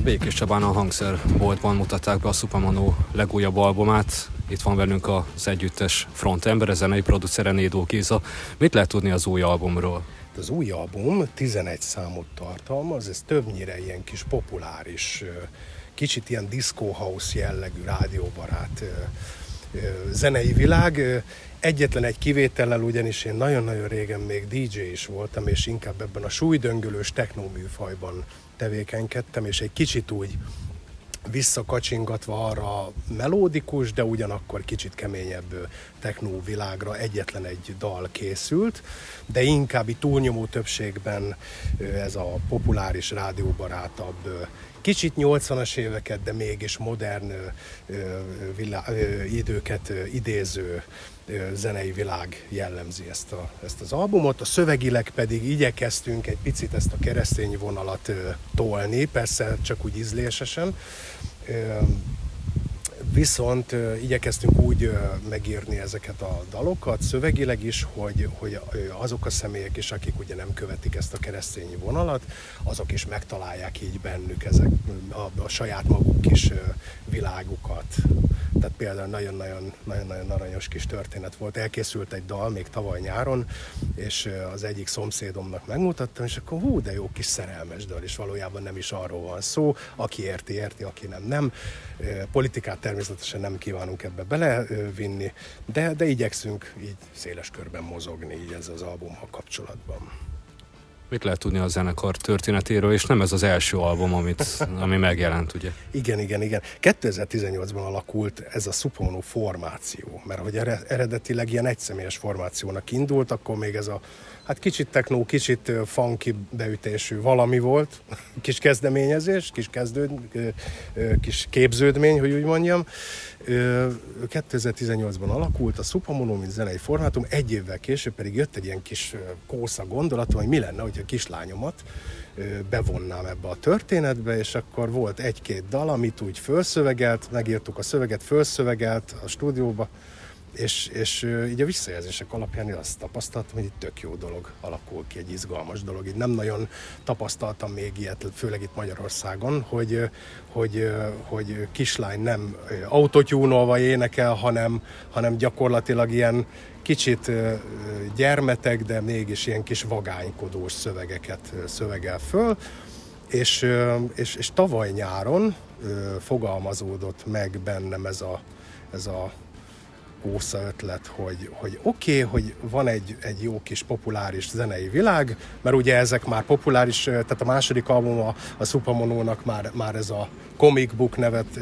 Békés Csabán a hangszerboltban mutatták be a Supamano legújabb albumát. Itt van velünk az együttes frontembere, zenei producere Nédó Géza. Mit lehet tudni az új albumról? Az új album 11 számot tartalmaz, ez többnyire ilyen kis populáris, kicsit ilyen disco house jellegű, rádióbarát zenei világ. Egyetlen egy kivétellel, ugyanis én nagyon-nagyon régen még DJ is voltam, és inkább ebben a súlydöngölős techno műfajban tevékenykedtem, és egy kicsit úgy visszakacsingatva arra a melódikus, de ugyanakkor kicsit keményebb techno világra egyetlen egy dal készült, de inkább túlnyomó többségben ez a populáris, rádióbarátabb, kicsit 80-as éveket, de mégis modern időket idéző zenei világ jellemzi ezt az albumot. A szövegileg pedig igyekeztünk egy picit ezt a keresztény vonalat tolni, persze csak úgy ízlésesen, viszont igyekeztünk úgy megírni ezeket a dalokat szövegileg is, hogy azok a személyek is, akik ugye nem követik ezt a keresztény vonalat, azok is megtalálják így bennük a saját maguk kis világukat. Tehát például nagyon-nagyon aranyos kis történet volt. Elkészült egy dal még tavaly nyáron, és az egyik szomszédomnak megmutattam, és akkor de jó kis szerelmes dal, és valójában nem is arról van szó, aki érti, aki nem. Politikát természetesen nem kívánunk ebbe belevinni, de igyekszünk így széles körben mozogni így ez az albummal kapcsolatban. Mit lehet tudni a zenekar történetéről, és nem ez az első album, ami megjelent, ugye? Igen. 2018-ban alakult ez a Supamano formáció, mert hogy eredetileg ilyen egyszemélyes formációnak indult, akkor még ez a kicsit techno, kicsit funky beütésű valami volt, kis kezdeményezés, kis képződmény, hogy úgy mondjam. 2018-ban alakult a Supamano, mint zenei formátum, egy évvel később pedig jött egy ilyen kis kósza gondolatom, hogy mi lenne, hogyha a kislányomat bevonnám ebbe a történetbe, és akkor volt egy-két dal, amit úgy felszövegelt, megírtuk a szöveget, felszövegelt a stúdióba, és így a visszajelzések alapján én azt tapasztaltam, hogy itt tök jó dolog alakul ki, egy izgalmas dolog. Így nem nagyon tapasztaltam még ilyet, főleg itt Magyarországon, hogy kislány nem autotyúnolva énekel, hanem gyakorlatilag ilyen kicsit gyermetek, de mégis ilyen kis vagánykodós szövegeket szövegel föl. És tavaly nyáron fogalmazódott meg bennem ez a kósza ötlet, hogy oké, hogy van egy jó kis populáris zenei világ, mert ugye ezek már populáris, tehát a második album a Supamanónak már ez a Comic Book nevet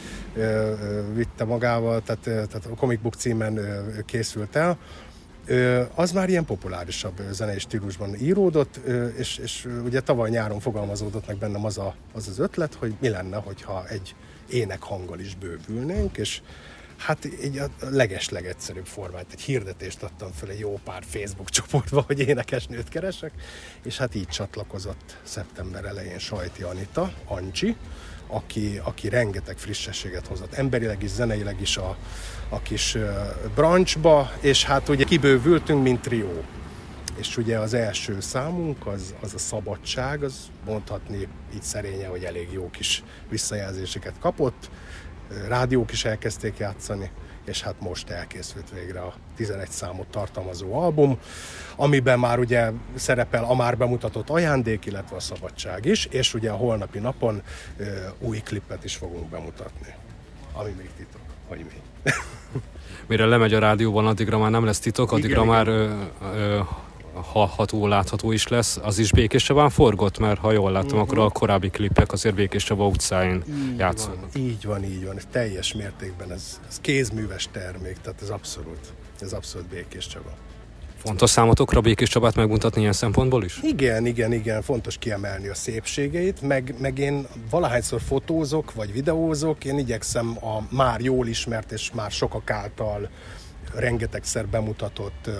vitte magával, tehát a Comic Book címen készült el. Az már ilyen populárisabb zenei stílusban íródott, és ugye tavaly nyáron fogalmazódott meg bennem az ötlet, hogy mi lenne, hogyha egy énekhanggal is bővülnénk, és hát így a legeslegegyszerűbb formát, egy hirdetést adtam föl egy jó pár Facebook csoportba, hogy énekesnőt keresek, és hát így csatlakozott szeptember elején Sajti Anita, Ancsi, aki rengeteg frissességet hozott, emberileg is, zeneileg is a kis branchba, és hát ugye kibővültünk, mint trió. És ugye az első számunk, az a Szabadság, az mondhatni így szerényen, hogy elég jó kis visszajelzéseket kapott, rádiók is elkezdték játszani, és hát most elkészült végre a 11 számot tartalmazó album, amiben már ugye szerepel a már bemutatott Ajándék, illetve a Szabadság is, és ugye a holnapi napon új klipet is fogunk bemutatni, ami még titok, hogy mi. Mire lemegy a rádióban, addigra már nem lesz titok, addigra már hallható, látható is lesz. Az is Békés Csabán forgott, mert ha jól láttam, akkor a korábbi klipek azért Békés Csaba utcáin játszottak. Így van. Ez teljes mértékben, ez kézműves termék, tehát ez abszolút Békés Csaba. Fontos számotokra Békés Csabát megmutatni ilyen szempontból is? Igen, fontos kiemelni a szépségeit, meg én valahányszor fotózok, vagy videózok, én igyekszem a már jól ismert és már sokak által rengetegszer bemutatott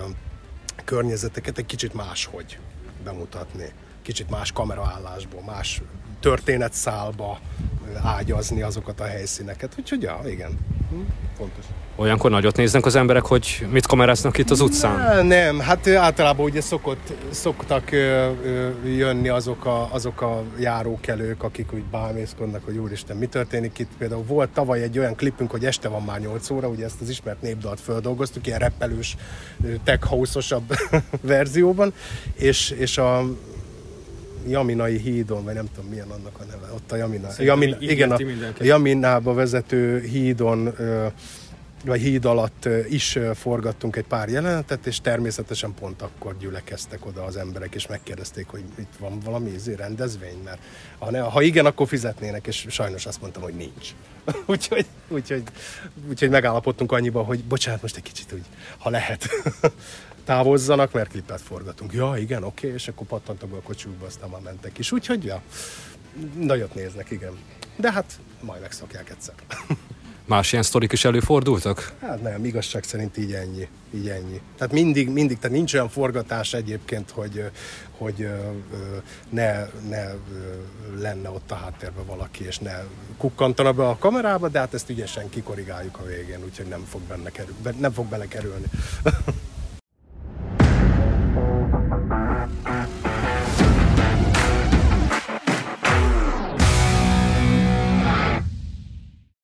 környezeteket egy kicsit máshogy bemutatni. Kicsit más kameraállásból, más történetszálba ágyazni azokat a helyszíneket. Úgyhogy ja, igen, fontos. Olyankor nagyot néznek az emberek, hogy mit kameráznak itt az utcán? Nem, hát általában ugye szoktak jönni azok a járókelők, akik úgy bámészkodnak, hogy úristen, mi történik itt. Például volt tavaly egy olyan klipünk, hogy este van már 8 óra, ugye ezt az ismert népdalt földolgoztuk, ilyen rappelős, tech house-osabb verzióban, és a Jaminai hídon, vagy nem tudom milyen annak a neve, ott a Jaminába vezető hídon, vagy híd alatt is forgattunk egy pár jelenetet, és természetesen pont akkor gyülekeztek oda az emberek, és megkérdezték, hogy itt van valami rendezvény, mert ha igen, akkor fizetnének, és sajnos azt mondtam, hogy nincs. úgyhogy megállapodtunk annyiban, hogy bocsánat, most egy kicsit úgy, ha lehet, távozzanak, mert klipet forgatunk. Ja, igen, oké, és akkor pattantak be a kocsukba, aztán már mentek is. Úgyhogy, ja, nagyot néznek, igen. De hát majd megszokják egyszer. Más ilyen sztorik is előfordultak? Hát nem, igazság szerint így ennyi. Tehát mindig, tehát nincs olyan forgatás egyébként, hogy ne lenne ott a háttérben valaki, és ne kukkantana be a kamerába, de hát ezt ügyesen kikorrigáljuk a végén, úgyhogy nem fog belekerülni.